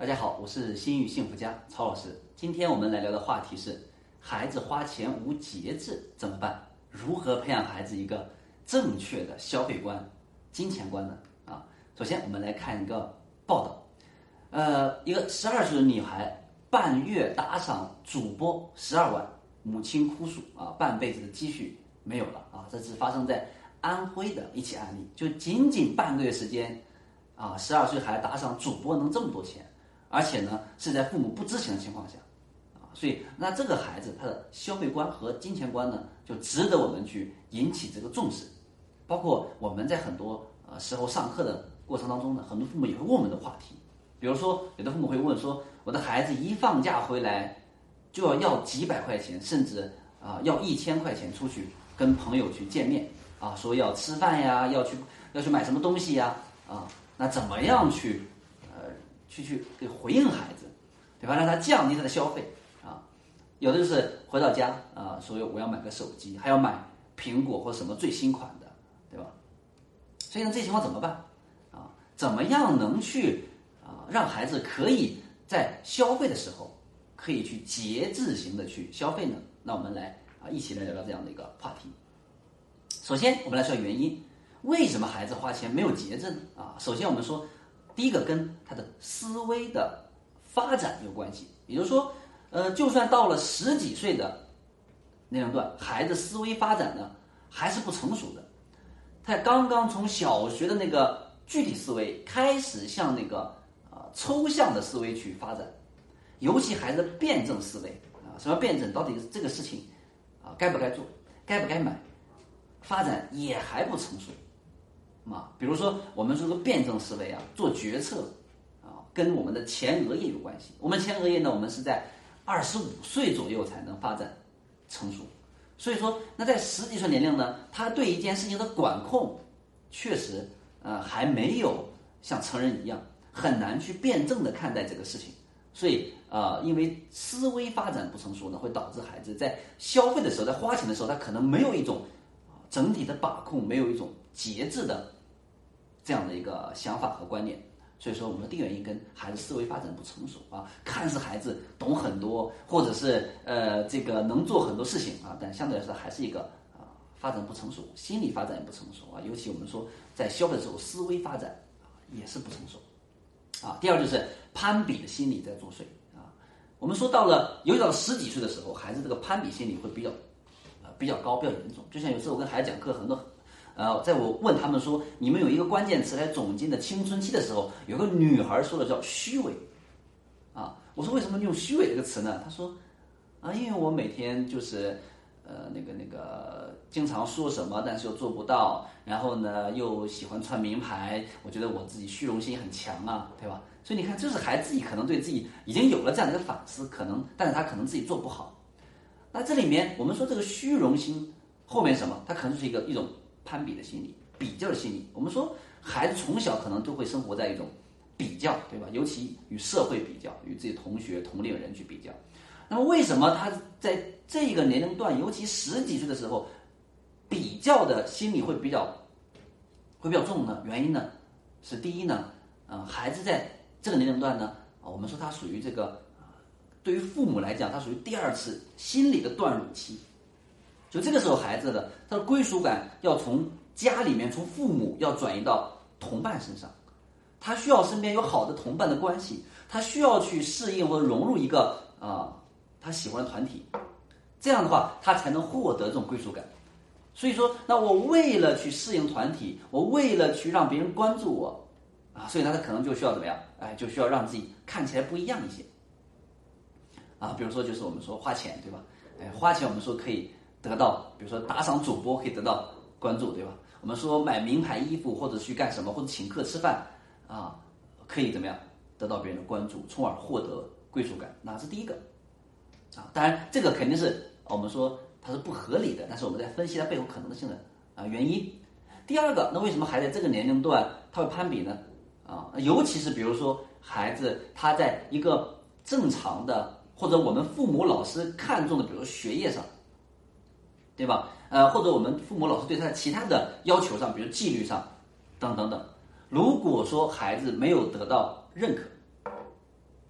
大家好，我是心语幸福家曹老师。今天我们来聊的话题是：孩子花钱无节制怎么办？如何培养孩子一个正确的消费观、金钱观呢？首先我们来看一个报道，一个12岁的女孩半月打赏主播12万，母亲哭诉半辈子的积蓄没有了这是发生在安徽的一起案例，就仅仅半个月时间12岁孩子打赏主播能这么多钱。而且呢，是在父母不知情的情况下，所以那这个孩子他的消费观和金钱观呢，就值得我们去引起这个重视。包括我们在很多时候上课的过程当中呢，很多父母也会问我们的话题，比如说有的父母会问说，我的孩子一放假回来就要几百块钱，甚至要1000块钱出去跟朋友去见面说要吃饭呀，要去买什么东西呀那怎么样去给回应孩子，对吧？让他降低他的消费有的就是回到家说我要买个手机，还要买苹果或什么最新款的，对吧？所以呢，这情况怎么办怎么样能去让孩子可以在消费的时候可以去节制型的去消费呢？那我们来一起来聊聊这样的一个话题。首先我们来说原因，为什么孩子花钱没有节制呢？首先我们说第一个跟他的思维的发展有关系，也就是说，就算到了10几岁的年龄段，孩子思维发展呢还是不成熟的，他刚刚从小学的那个具体思维开始向那个抽象的思维去发展，尤其孩子的辩证思维什么辩证，到底这个事情该不该做，该不该买，发展也还不成熟。比如说我们说个辩证思维做决策跟我们的前额叶有关系。我们前额叶呢，我们是在25岁左右才能发展成熟，所以说那在10几岁年龄呢，他对一件事情的管控确实还没有像成人一样很难去辩证的看待这个事情。所以因为思维发展不成熟呢，会导致孩子在消费的时候，在花钱的时候，他可能没有一种整体的把控，没有一种节制的这样的一个想法和观念。所以说我们的第一个原因跟孩子思维发展不成熟看似孩子懂很多，或者是这个能做很多事情但相对来说还是一个发展不成熟，心理发展也不成熟尤其我们说在消费的时候，思维发展也是不成熟第二就是攀比的心理在作祟我们说尤其到了10几岁的时候，孩子这个攀比心理会比较高，比较严重。就像有时候我跟孩子讲课，很多在我问他们说你们有一个关键词来总结的青春期的时候，有个女孩说的叫虚伪我说为什么用虚伪这个词呢？她说因为我每天就是那个经常说什么但是又做不到，然后呢又喜欢穿名牌，我觉得我自己虚荣心很强对吧？所以你看，这是孩子自己可能对自己已经有了这样的一个反思，但是他可能自己做不好。那这里面我们说这个虚荣心后面什么？它可能就是一种攀比的心理，比较的心理。我们说孩子从小可能都会生活在一种比较，对吧？尤其与社会比较，与自己同学同龄人去比较。那么为什么他在这个年龄段，尤其10几岁的时候，比较的心理会比较重呢？原因呢是第一呢孩子在这个年龄段呢我们说他属于这个对于父母来讲，他属于第2次心理的断乳期。就这个时候，孩子的他的归属感要从家里面，从父母要转移到同伴身上，他需要身边有好的同伴的关系，他需要去适应或者融入一个他喜欢的团体，这样的话他才能获得这种归属感。所以说，那我为了去适应团体，我为了去让别人关注我所以呢他可能就需要怎么样？就需要让自己看起来不一样一些比如说就是我们说花钱，对吧？花钱我们说可以得到，比如说打赏主播可以得到关注，对吧？我们说买名牌衣服或者去干什么，或者请客吃饭可以怎么样得到别人的关注，从而获得归属感。那是第一个当然这个肯定是我们说它是不合理的，但是我们在分析它背后可能性的原因。第二个，那为什么孩子在这个年龄段他会攀比呢？尤其是比如说孩子他在一个正常的或者我们父母老师看重的，比如说学业上，对吧？或者我们父母老师对他的其他的要求上，比如纪律上等等等，如果说孩子没有得到认可，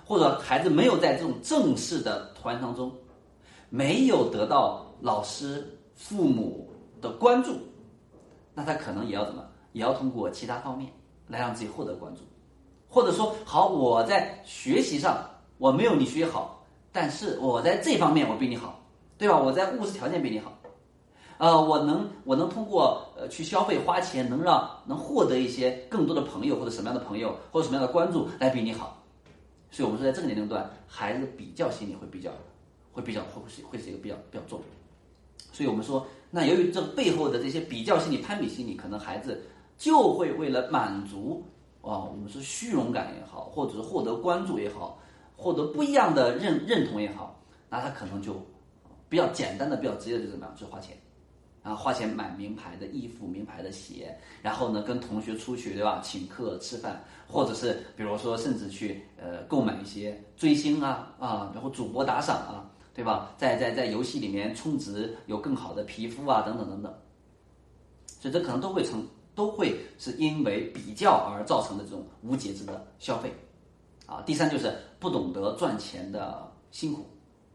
或者孩子没有在这种正式的团当中，没有得到老师、父母的关注，那他可能也要怎么，也要通过其他方面来让自己获得关注，或者说，好，我在学习上我没有你学好，但是我在这方面我比你好，对吧？我在物质条件比你好。我能通过去消费花钱，能获得一些更多的朋友或者什么样的朋友或者什么样的关注来比你好，所以我们说在这个年龄段，孩子的比较心理会是一个比较重，所以我们说，那由于这个背后的这些比较心理、攀比心理，可能孩子就会为了满足我们说虚荣感也好，或者是获得关注也好，获得不一样的认同也好，那他可能就比较简单的、比较直接的就怎么样，就花钱。花钱买名牌的衣服、名牌的鞋，然后呢跟同学出去，对吧？请客吃饭，或者是比如说甚至去购买一些追星然后主播打赏对吧？在游戏里面充值，有更好的皮肤等等等等，所以这可能都会是因为比较而造成的这种无节制的消费第三就是不懂得赚钱的辛苦。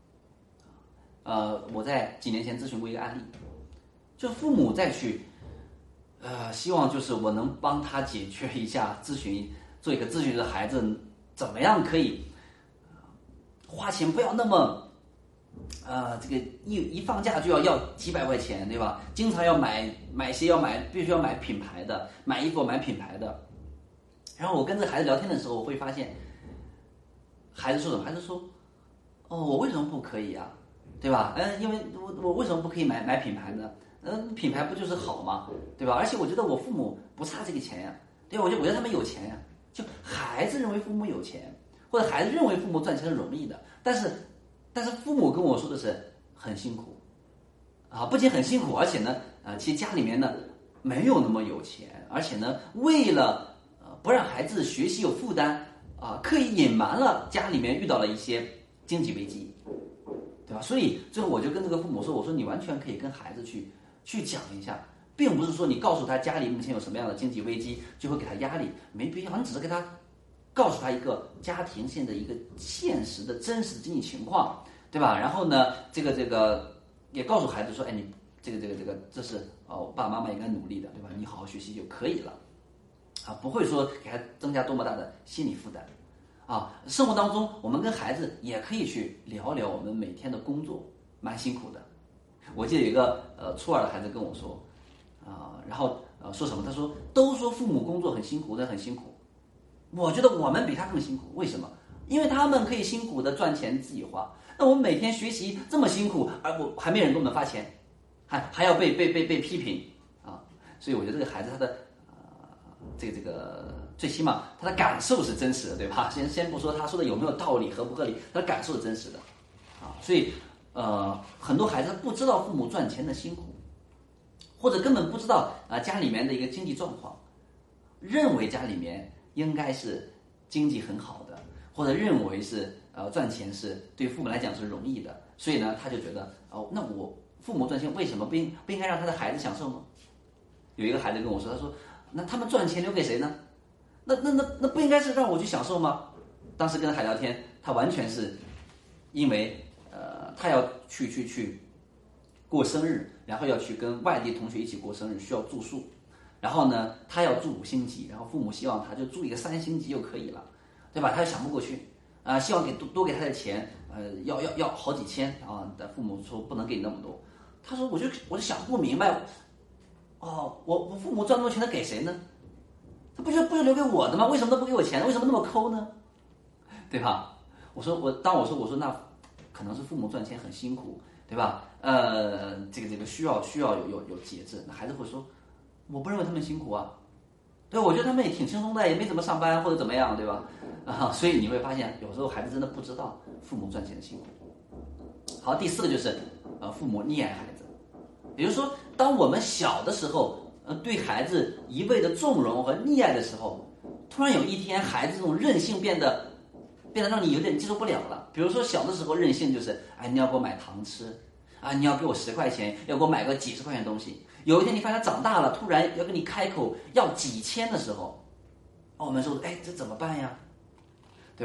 我在几年前咨询过一个案例。就父母再去，希望就是我能帮他解决一下做一个咨询的孩子怎么样可以，花钱不要那么，这个一放假就要几百块钱，对吧？经常要买鞋必须要买品牌的，买衣服买品牌的。然后我跟这孩子聊天的时候，我会发现，孩子说什么？孩子说，我为什么不可以啊？对吧？因为我为什么不可以买品牌呢？品牌不就是好吗？对吧？而且我觉得我父母不差这个钱呀，对吧？我觉得他们有钱呀。就孩子认为父母有钱，或者孩子认为父母赚钱是容易的，但是父母跟我说的是很辛苦，不仅很辛苦，而且呢，其实家里面呢没有那么有钱，而且呢，为了不让孩子学习有负担刻意隐瞒了家里面遇到了一些经济危机，对吧？所以最后我就跟这个父母说，我说你完全可以跟孩子去讲一下，并不是说你告诉他家里目前有什么样的经济危机就会给他压力，没必要，你只是给他告诉他一个家庭现在一个现实的真实的经济情况，对吧？然后呢，这个也告诉孩子说，你这个这是爸爸妈妈应该努力的，对吧？你好好学习就可以了，不会说给他增加多么大的心理负担。生活当中我们跟孩子也可以去聊聊我们每天的工作，蛮辛苦的。我记得有一个初二的孩子跟我说，然后说什么？他说都说父母工作很辛苦，很辛苦。我觉得我们比他更辛苦，为什么？因为他们可以辛苦的赚钱自己花，那我们每天学习这么辛苦，而我还没人给我们发钱，还要被批评所以我觉得这个孩子他的这个最起码他的感受是真实的，对吧？先不说他说的有没有道理合不合理，他的感受是真实的所以很多孩子不知道父母赚钱的辛苦，或者根本不知道家里面的一个经济状况，认为家里面应该是经济很好的，或者认为是赚钱是对父母来讲是容易的，所以呢他就觉得那我父母赚钱为什么不应该让他的孩子享受呢？有一个孩子跟我说，他说那他们赚钱留给谁呢？那不应该是让我去享受吗？当时跟他聊天，他完全是因为他要去过生日，然后要去跟外地同学一起过生日，需要住宿，然后呢他要住5星级，然后父母希望他就住一个3星级就可以了，对吧？他又想不过去希望多给他的钱要好几千但父母说不能给你那么多。他说我就想不明白我父母赚那么多钱他给谁呢？他不是留给我的吗？为什么都不给我钱？为什么那么抠呢？对吧？我说那可能是父母赚钱很辛苦，对吧？这个需要有节制。那孩子会说，我不认为他们辛苦对，我觉得他们也挺轻松的，也没怎么上班或者怎么样，对吧？所以你会发现，有时候孩子真的不知道父母赚钱的辛苦。好，第4个就是父母溺爱孩子，也就是说，当我们小的时候对孩子一味的纵容和溺爱的时候，突然有一天孩子这种任性变得让你有点接受不了了。比如说小的时候任性就是你要给我买糖吃你要给我10块钱，要给我买个几十块钱的东西。有一天你发现他长大了，突然要跟你开口要几千的时候我们说这怎么办呀？对吧？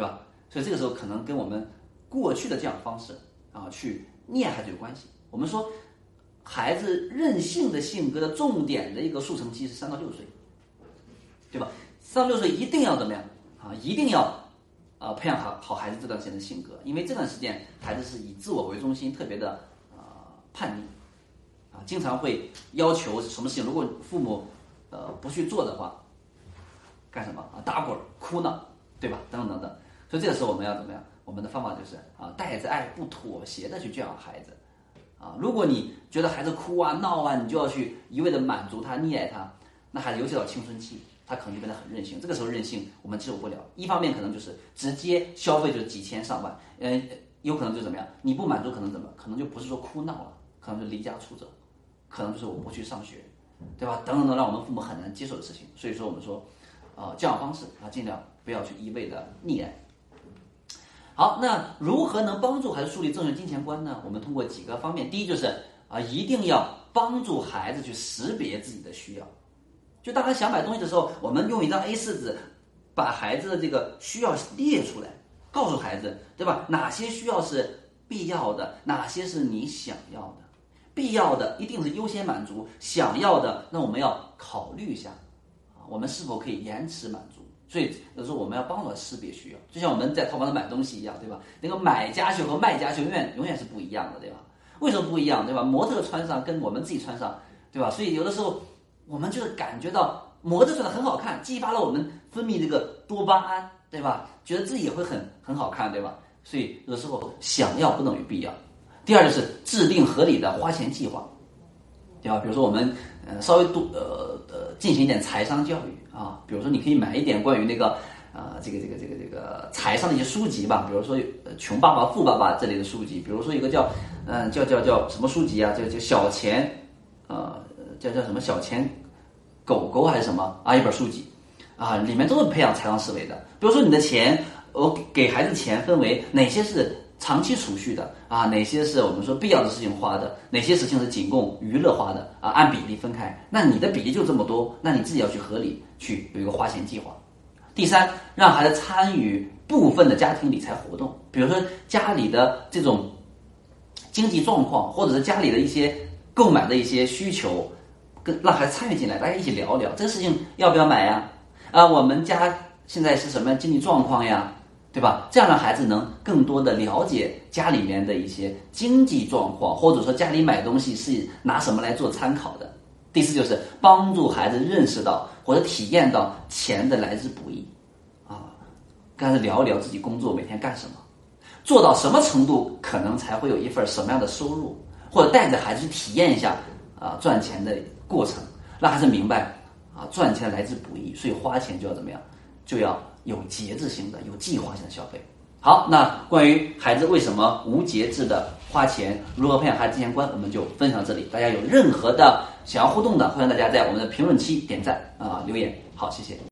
所以这个时候可能跟我们过去的教养方式去溺爱孩子有关系。我们说孩子任性的性格的重点的一个速成期是3到6岁，对吧？3到6岁一定要怎么样一定要培养好孩子这段时间的性格，因为这段时间孩子是以自我为中心，特别的叛逆经常会要求什么事情，如果父母不去做的话，干什么打滚、哭闹，对吧？等等等等。所以这个时候我们要怎么样？我们的方法就是带着爱不妥协的去教养孩子如果你觉得孩子哭闹你就要去一味的满足他、溺爱他，那孩子尤其到青春期，他可能就变得很任性。这个时候任性我们接受不了，一方面可能就是直接消费就是几千上万，有可能就怎么样？你不满足可能就不是说哭闹了，可能就离家出走，可能就是我不去上学，对吧？等等等，让我们父母很难接受的事情。所以说我们说教养方式尽量不要去一味的溺爱。好，那如何能帮助孩子树立正确金钱观呢？我们通过几个方面。第一就是一定要帮助孩子去识别自己的需要。就当他想买东西的时候，我们用一张 A4 纸把孩子的这个需要列出来，告诉孩子，对吧？哪些需要是必要的，哪些是你想要的。必要的一定是优先满足，想要的那我们要考虑一下我们是否可以延迟满足。所以有时候我们要帮助他识别需要，就像我们在淘宝上买东西一样，对吧？那个买家秀和卖家秀永远是不一样的，对吧？为什么不一样，对吧？模特穿上跟我们自己穿上，对吧？所以有的时候我们就是感觉到模特穿的很好看，激发了我们分泌这个多巴胺，对吧？觉得自己也会很好看，对吧？所以有的时候想要不等于必要。第二就是制定合理的花钱计划，对吧？比如说我们稍微进行一点财商教育比如说你可以买一点关于那个这个财商的一些书籍吧，比如说穷爸爸富爸爸这类的书籍，比如说一个叫什么书籍叫小钱叫什么小钱狗狗还是什么一本书籍里面都是培养财商思维的。比如说你的钱，我给孩子钱分为哪些是长期储蓄的哪些是我们说必要的事情花的，哪些事情是仅供娱乐花的按比例分开。那你的比例就这么多，那你自己要去合理去有一个花钱计划。第三，让孩子参与部分的家庭理财活动，比如说家里的这种经济状况，或者是家里的一些购买的一些需求，让孩子参与进来，大家一起聊聊这个事情要不要买呀？我们家现在是什么经济状况呀？对吧？这样让孩子能更多的了解家里面的一些经济状况，或者说家里买东西是拿什么来做参考的。第四就是帮助孩子认识到或者体验到钱的来之不易跟孩子聊一聊自己工作每天干什么，做到什么程度可能才会有一份什么样的收入，或者带着孩子去体验一下赚钱的过程，让孩子明白赚钱来之不易，所以花钱就要怎么样，就要有节制性的、有计划性的消费。好，那关于孩子为什么无节制的花钱，如何培养孩子金钱观，我们就分享到这里。大家有任何的想要互动的，欢迎大家在我们的评论区点赞留言。好，谢谢。